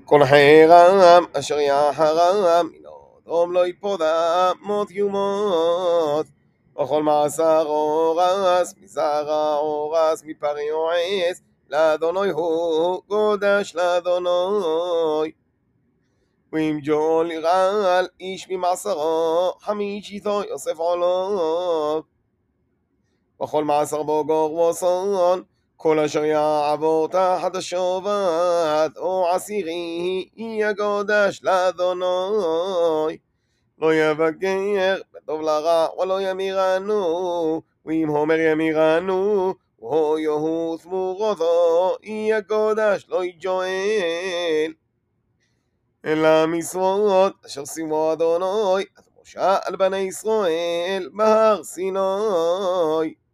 כל חרם אשר יחרם מן האדום לא יפודה מות יומות. וכל מעשר אורס מזרע אורס מפרי עץ לאדוני הוא קודש לאדוני. ואם ג'ול ירעל איש ממעשרו חמישיתו יוסף עולו. וכל מעשר בוגר וסון כל אשר יעבור תחת השבת או עשירי יהיה קודש לאדוני. לא יבקר בטוב לרע ולא ימירנו, ואם הומר ימירנו או יהו תמורתו יהיה קודש לא יג'ואל. אלא מצוות אשר ציווה אדוני את משה על בני ישראל בהר סיני.